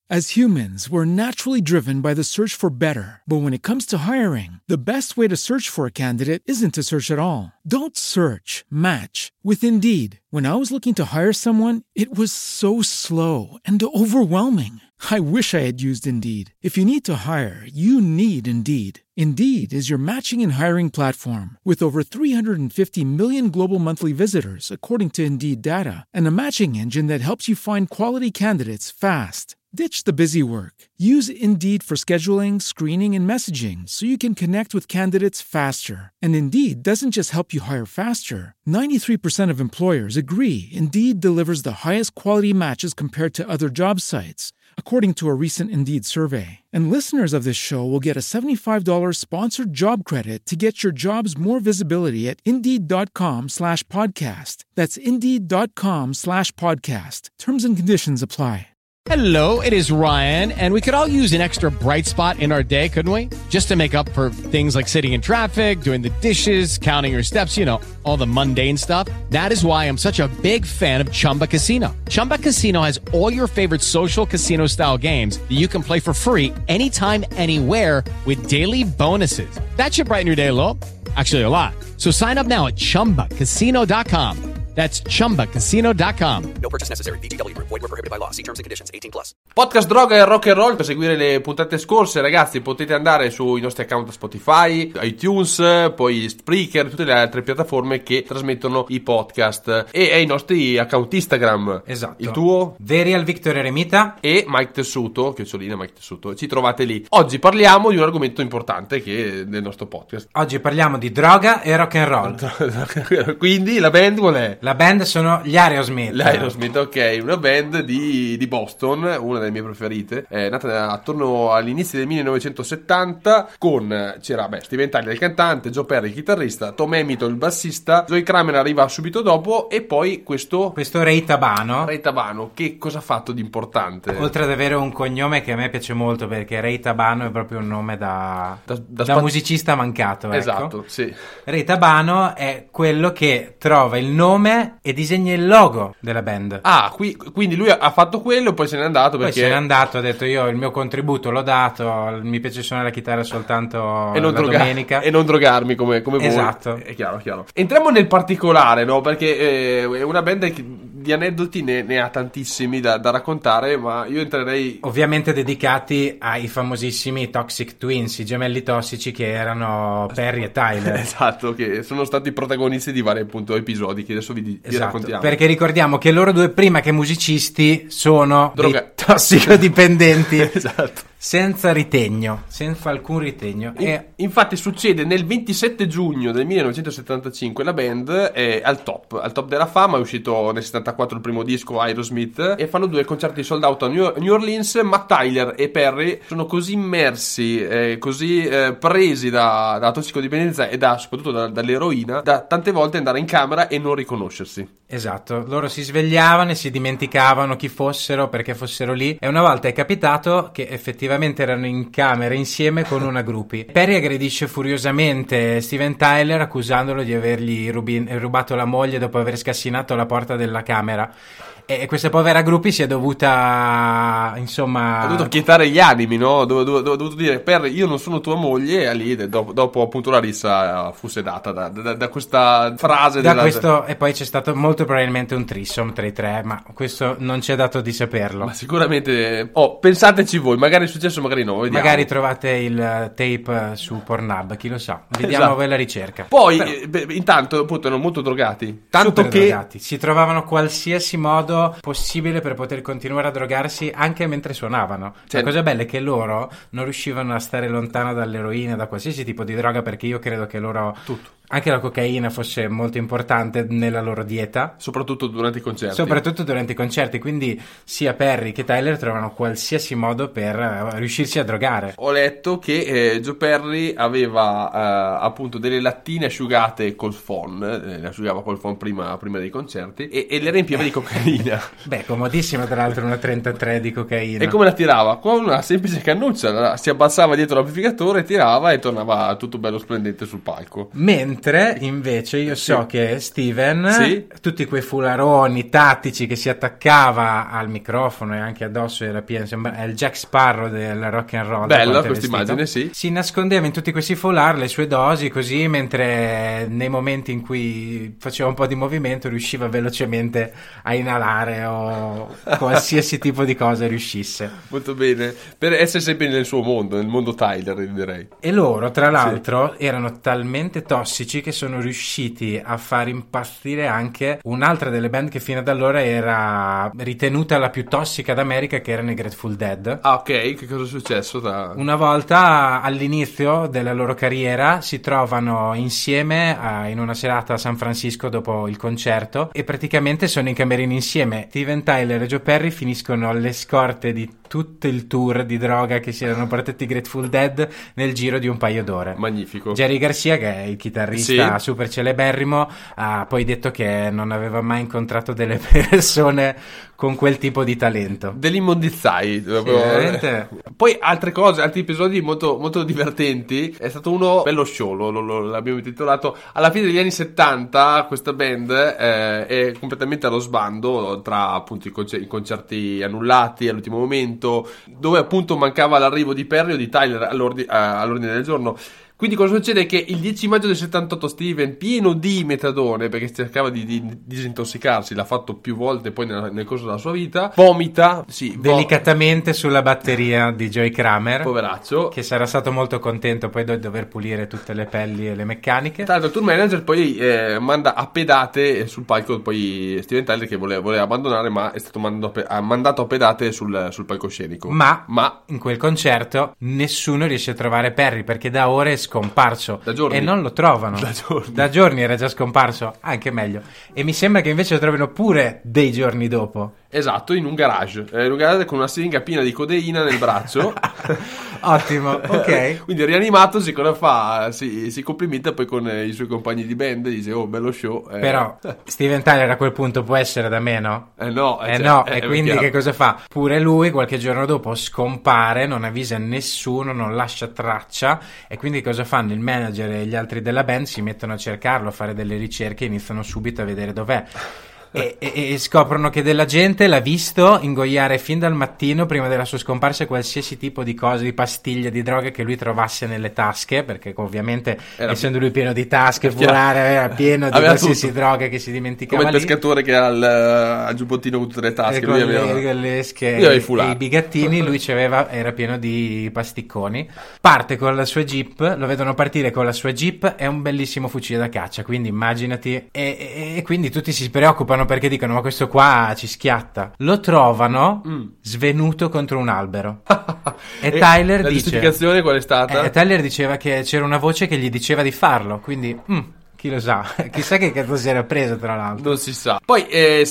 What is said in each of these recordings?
As humans, we're naturally driven by the search for better. But when it comes to hiring, the best way to search for a candidate isn't to search at all. Don't search, match with Indeed. When I was looking to hire someone, it was so slow and overwhelming. I wish I had used Indeed. If you need to hire, you need Indeed. Indeed is your matching and hiring platform with over 350 million global monthly visitors, according to Indeed data, and a matching engine that helps you find quality candidates fast. Ditch the busy work. Use Indeed for scheduling, screening, and messaging so you can connect with candidates faster. And Indeed doesn't just help you hire faster. 93% of employers agree Indeed delivers the highest quality matches compared to other job sites, according to a recent Indeed survey. And listeners of this show will get a $75 sponsored job credit to get your jobs more visibility at Indeed.com/podcast. That's Indeed.com/podcast. Terms and conditions apply. Hello, it is Ryan, and we could all use an extra bright spot in our day, couldn't we? Just to make up for things like sitting in traffic, doing the dishes, counting your steps, you know, all the mundane stuff. That is why I'm such a big fan of Chumba Casino. Chumba Casino has all your favorite social casino-style games that you can play for free anytime, anywhere with daily bonuses. That should brighten your day a little. Actually, a lot. So sign up now at ChumbaCasino.com. That's ChumbaCasino.com. No purchase necessary. VGW Group. Void where prohibited by law. See terms and conditions. 18+. Podcast Droga e Rock and Roll. Per seguire le puntate scorse, ragazzi, potete andare sui nostri account Spotify, iTunes, poi Spreaker, tutte le altre piattaforme che trasmettono i podcast, e ai nostri account Instagram. Esatto. Il tuo? Verial Victor Eremita e Mike Tessuto, chiocciolina Mike Tessuto. Ci trovate lì. Oggi parliamo di un argomento importante che è del nostro podcast. Oggi parliamo di droga e rock and roll. Quindi la band qual è? La band sono gli Aerosmith. Gli Aerosmith, ok, una band di Boston, una delle mie preferite, nata attorno all'inizio del 1970, c'era Steven Tyler il cantante, Joe Perry il chitarrista, Tom Hamilton il bassista, Joey Kramer arriva subito dopo, e poi questo Ray Tabano. Ray Tabano, che cosa ha fatto di importante? Oltre ad avere un cognome che a me piace molto, perché Ray Tabano è proprio un nome da musicista mancato, esatto, ecco. Sì. Ray Tabano è quello che trova il nome e disegna il logo della band. Quindi lui ha fatto quello e poi se n'è andato, perché poi se n'è andato, ha detto: io il mio contributo l'ho dato, mi piace suonare la chitarra soltanto la domenica e non drogarmi come esatto. Voi. È chiaro. Entriamo nel particolare, no? Perché è una band che di aneddoti ne ha tantissimi da raccontare, ma io entrerei ovviamente dedicati ai famosissimi Toxic Twins, i gemelli tossici che erano Perry e Tyler. Esatto, che sono stati protagonisti di vari appunto episodi che adesso vi raccontiamo. Perché ricordiamo che loro due, prima che musicisti, sono tossicodipendenti. Esatto. Senza alcun ritegno. Infatti succede nel 27 giugno del 1975, la band è al top della fama. È uscito nel 74 il primo disco, Aerosmith, e fanno 2 concerti sold out a New Orleans, ma Tyler e Perry sono così immersi, così presi da tossicodipendenza e soprattutto dall'eroina, da tante volte andare in camera e non riconoscersi. Esatto, loro si svegliavano e si dimenticavano chi fossero, perché fossero lì, e una volta è capitato che effettivamente erano in camera insieme con una groupie. Perry aggredisce furiosamente Steven Tyler accusandolo di avergli rubato la moglie dopo aver scassinato la porta della camera, e questa povera groupie si è dovuta ha dovuto quietare gli animi, no? Dovuto dire: Perry, io non sono tua moglie, e lì dopo appunto la rissa fu sedata da questa frase e poi c'è stato molto probabilmente un threesome tra i tre, ma questo non c'è dato di saperlo. Ma sicuramente pensateci voi, magari è successo, magari no, vediamo. Magari trovate il tape su Pornhub, chi lo sa. Vediamo esatto. voi la ricerca. Poi intanto appunto erano molto drogati, drogati. Si trovavano qualsiasi modo possibile per poter continuare a drogarsi anche mentre suonavano. La cosa bella è che loro non riuscivano a stare lontano dall'eroina, da qualsiasi tipo di droga, perché io credo che loro anche la cocaina fosse molto importante nella loro dieta, soprattutto durante i concerti. Quindi sia Perry che Tyler trovano qualsiasi modo per riuscirsi a drogare. Ho letto che Joe Perry aveva appunto delle lattine asciugate col phon, le asciugava col phon prima dei concerti, e le riempiva di cocaina. Beh, comodissima tra l'altro una 33 di cocaina. E come la tirava? Con una semplice cannuccia, si abbassava dietro l'amplificatore, tirava e tornava tutto bello splendente sul palco. Mentre Mentre invece io so che Steven, Sì. tutti quei fularoni tattici che si attaccava al microfono e anche addosso era pieno, è il Jack Sparrow del rock and roll. Bella questa immagine, sì. Si nascondeva in tutti questi foulard le sue dosi così, mentre nei momenti in cui faceva un po' di movimento riusciva velocemente a inalare o qualsiasi tipo di cosa riuscisse. Molto bene, per essere sempre nel suo mondo, nel mondo Tyler, direi. E loro, tra l'altro, erano talmente tossici che sono riusciti a far impazzire anche un'altra delle band che fino ad allora era ritenuta la più tossica d'America, che erano i Grateful Dead. Ah, ok, che cosa è successo? Una volta all'inizio della loro carriera si trovano insieme in una serata a San Francisco dopo il concerto e praticamente sono in camerino insieme. Steven Tyler e Joe Perry finiscono alle scorte di tutto il tour di droga che si erano portati i Grateful Dead nel giro di un paio d'ore. Magnifico. Jerry Garcia, che è il chitarrista Sì. super celeberrimo, ha poi detto che non aveva mai incontrato delle persone con quel tipo di talento. Dell'immondizzai. veramente. Poi altre cose, altri episodi molto, molto divertenti. È stato uno bello show, l'abbiamo intitolato. Alla fine degli anni 70 questa band è completamente allo sbando, tra appunto i concerti annullati all'ultimo momento, dove appunto mancava l'arrivo di Perry o di Tyler all'ordine del giorno. Quindi cosa succede? Che il 10 maggio del 78 Steven, pieno di metadone, perché cercava di disintossicarsi, l'ha fatto più volte poi nel corso della sua vita, vomita, delicatamente sulla batteria di Joey Kramer, poveraccio, che sarà stato molto contento poi di dover pulire tutte le pelli e le meccaniche. Tra l'altro il tour manager poi manda a pedate sul palco poi Steven Tyler, che voleva abbandonare, ma è stato mandato a pedate sul palcoscenico. Ma in quel concerto nessuno riesce a trovare Perry, perché da ore è scomparso da giorni. E non lo trovano da giorni era già scomparso, anche meglio, e mi sembra che invece lo trovino pure dei giorni dopo. Esatto, in un garage con una siringa piena di codeina nel braccio. Ottimo, ok. Quindi rianimato, cosa fa? Si complimenta poi con i suoi compagni di band, dice oh bello show. Però Steven Tyler a quel punto può essere da meno? No, e quindi che cosa fa? Pure lui qualche giorno dopo scompare, non avvisa nessuno, non lascia traccia, e quindi cosa fanno? Il manager e gli altri della band si mettono a cercarlo, a fare delle ricerche e iniziano subito a vedere dov'è. E scoprono che della gente l'ha visto ingoiare fin dal mattino, prima della sua scomparsa, qualsiasi tipo di cose, di pastiglie, di droga che lui trovasse nelle tasche, perché ovviamente essendo lui pieno di tasche, furare, era pieno di qualsiasi droga che si dimenticava. Come il pescatore che ha il giubbottino con tutte le tasche, con le esche e i bigattini, lui era pieno di pasticconi. Parte con la sua Jeep, lo vedono partire con la sua Jeep e un bellissimo fucile da caccia, quindi immaginati, e quindi tutti si preoccupano perché dicono ma questo qua ci schiatta. Lo trovano svenuto contro un albero. E Tyler la dice, giustificazione qual è stata? Tyler diceva che c'era una voce che gli diceva di farlo, quindi chi lo sa, chissà che cazzo si era preso, tra l'altro. Non si sa. Poi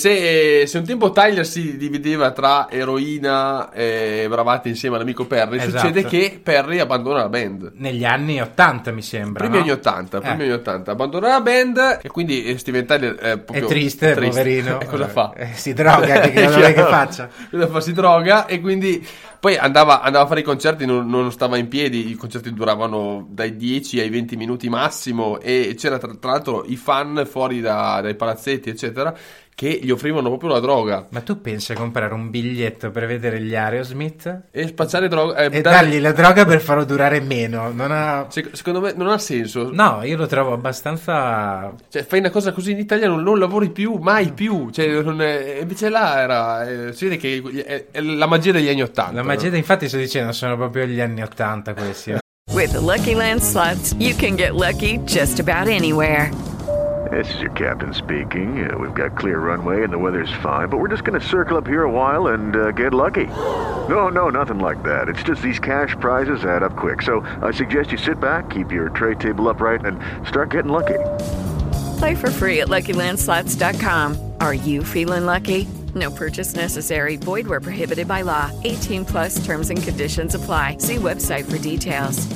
se un tempo Tyler si divideva tra eroina e bravate insieme all'amico Perry, succede che Perry abbandona la band negli anni 80, mi sembra, primi anni 80 abbandona la band, e quindi Steven Tyler è triste, poverino. E cosa fa? Si droga, che cosa vuoi che faccia? Cosa fa? Si droga, e quindi poi andava a fare i concerti, non stava in piedi. I concerti duravano dai 10 ai 20 minuti massimo, e c'era tra l'altro i fan fuori dai palazzetti eccetera che gli offrivano proprio la droga. Ma tu pensi a comprare un biglietto per vedere gli Aerosmith e spacciare droga e dargli la droga per farlo durare meno? Secondo me non ha senso. No, io lo trovo abbastanza, cioè fai una cosa così in Italia, non lavori più, mai più, cioè invece là si vede che è la magia degli anni 80. La magia, infatti sto dicendo, sono proprio gli anni 80 questi. With the Lucky Land Slots, you can get lucky just about anywhere. This is your captain speaking. We've got clear runway and the weather's fine, but we're just going to circle up here a while and get lucky. No, nothing like that. It's just these cash prizes add up quick. So I suggest you sit back, keep your tray table upright, and start getting lucky. Play for free at LuckyLandSlots.com. Are you feeling lucky? No purchase necessary. Void where prohibited by law. 18+ terms and conditions apply. See website for details.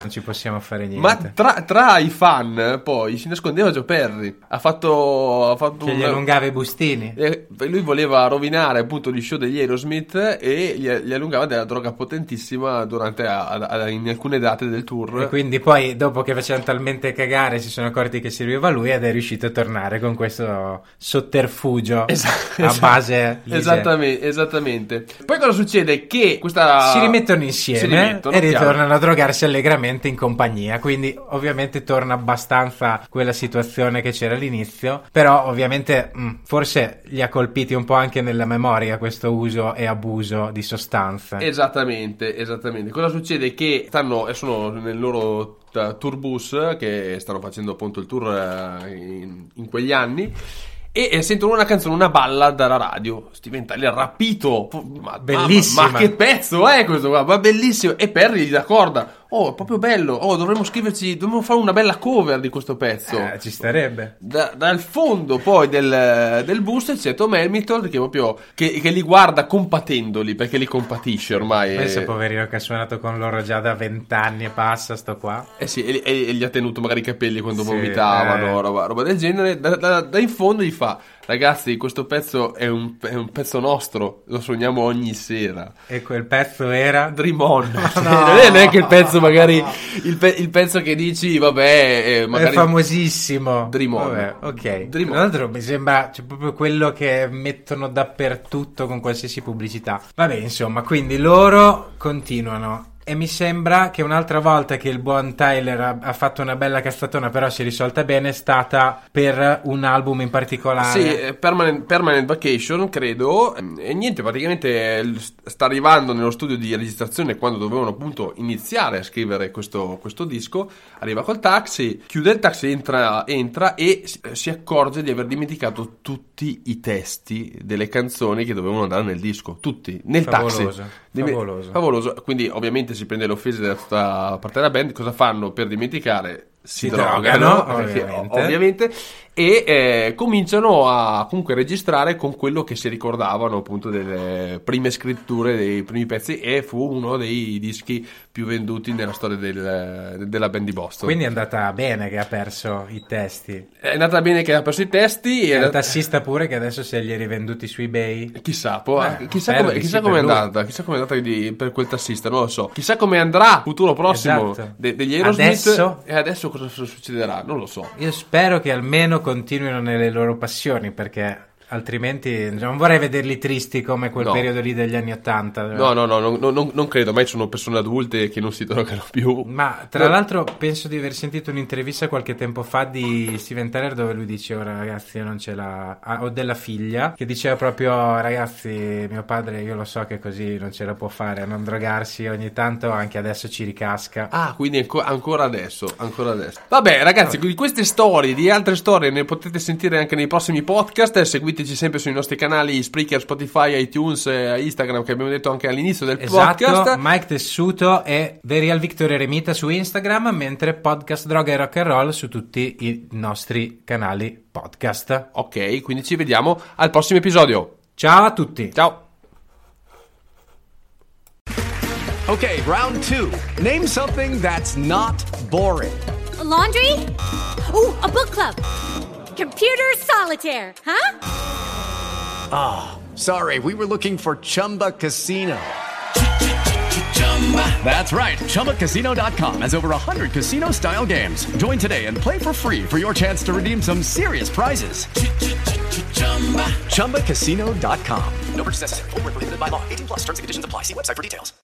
Non ci possiamo fare niente. Ma tra i fan poi si nascondeva Joe Perry. Ha fatto che gli allungava i bustini. Lui voleva rovinare appunto gli show degli Aerosmith e gli allungava della droga potentissima durante in alcune date del tour. E quindi poi dopo che facevano talmente cagare si sono accorti che serviva lui ed è riuscito a tornare con questo sotterfugio a base esattamente. Poi cosa succede? Che si rimettono insieme e ritornano a drogarsi allegramente in compagnia, quindi ovviamente torna abbastanza quella situazione che c'era all'inizio, però ovviamente forse li ha colpiti un po' anche nella memoria questo uso e abuso di sostanze. Esattamente. Cosa succede? Che sono nel loro tour bus, che stanno facendo appunto il tour in quegli anni, e sentono una canzone, una ballad dalla radio. Steven Tyler rapito, bellissima, ma che pezzo è questo qua, ma bellissimo. E Perry gli dà corda. Oh, è proprio bello. Oh, dovremmo fare una bella cover di questo pezzo. Ci starebbe. Dal fondo poi del bus c'è Tom Hamilton che li guarda compatendoli, perché li compatisce ormai. Pensa poverino che ha suonato con loro già da 20 anni e passa, sto qua. Sì, e gli ha tenuto magari i capelli quando vomitavano, roba del genere. Da in fondo gli fa: ragazzi, questo pezzo è un pezzo nostro, lo suoniamo ogni sera. E quel pezzo era Dream On. Non è neanche il pezzo, magari il pezzo che dici, vabbè, magari è famosissimo. Dream On. Vabbè, ok. Tra l'altro mi sembra proprio quello che mettono dappertutto con qualsiasi pubblicità. Vabbè, insomma, quindi loro continuano. E mi sembra che un'altra volta che il buon Tyler ha fatto una bella cazzatona, però si è risolta bene, è stata per un album in particolare. Sì, Permanent Vacation, credo. E niente, praticamente sta arrivando nello studio di registrazione quando dovevano appunto iniziare a scrivere questo disco. Arriva col taxi, chiude il taxi, entra e si accorge di aver dimenticato tutti i testi delle canzoni che dovevano andare nel disco. Tutti, nel taxi. Favoloso. Quindi ovviamente si prende le offese da tutta parte della band. Cosa fanno per dimenticare? Si drogano ovviamente. E cominciano a comunque registrare con quello che si ricordavano appunto delle prime scritture dei primi pezzi, e fu uno dei dischi più venduti nella storia della band di Boston. Quindi è andata bene che ha perso i testi. È andata bene che ha perso i testi. E il tassista pure, che adesso se li ha rivenduti su eBay. Chissà com'è andata per quel tassista, non lo so. Chissà come andrà futuro prossimo degli Aerosmith. E adesso cosa succederà? Non lo so. Io spero che almeno continuino nelle loro passioni, perché altrimenti non vorrei vederli tristi come quel periodo lì degli anni '80. No, non credo. Ormai sono persone adulte che non si drogano più. Ma tra l'altro penso di aver sentito un'intervista qualche tempo fa di Steven Tyler dove lui diceva: ragazzi, io non ce l'ha. Ho della figlia che diceva proprio: ragazzi, mio padre, io lo so che così non ce la può fare a non drogarsi ogni tanto, anche adesso ci ricasca. Quindi ancora adesso. Vabbè, ragazzi, di queste storie, di altre storie ne potete sentire anche nei prossimi podcast. Seguiteci sempre sui nostri canali Spreaker, Spotify, iTunes, Instagram, che abbiamo detto anche all'inizio del podcast. Mike Tessuto e The Real Victor Eremita su Instagram, mentre Podcast Droga e Rock and Roll su tutti i nostri canali podcast. Ok, quindi ci vediamo al prossimo episodio. Ciao a tutti. Ciao. Okay, round 2. Name something that's not boring. A laundry? Ooh, a book club. Computer solitaire, huh? Sorry, we were looking for Chumba Casino. That's right, ChumbaCasino.com has over 100 casino-style games. Join today and play for free for your chance to redeem some serious prizes. ChumbaCasino.com. No purchase necessary. Void where prohibited by law. 18+ terms and conditions apply. See website for details.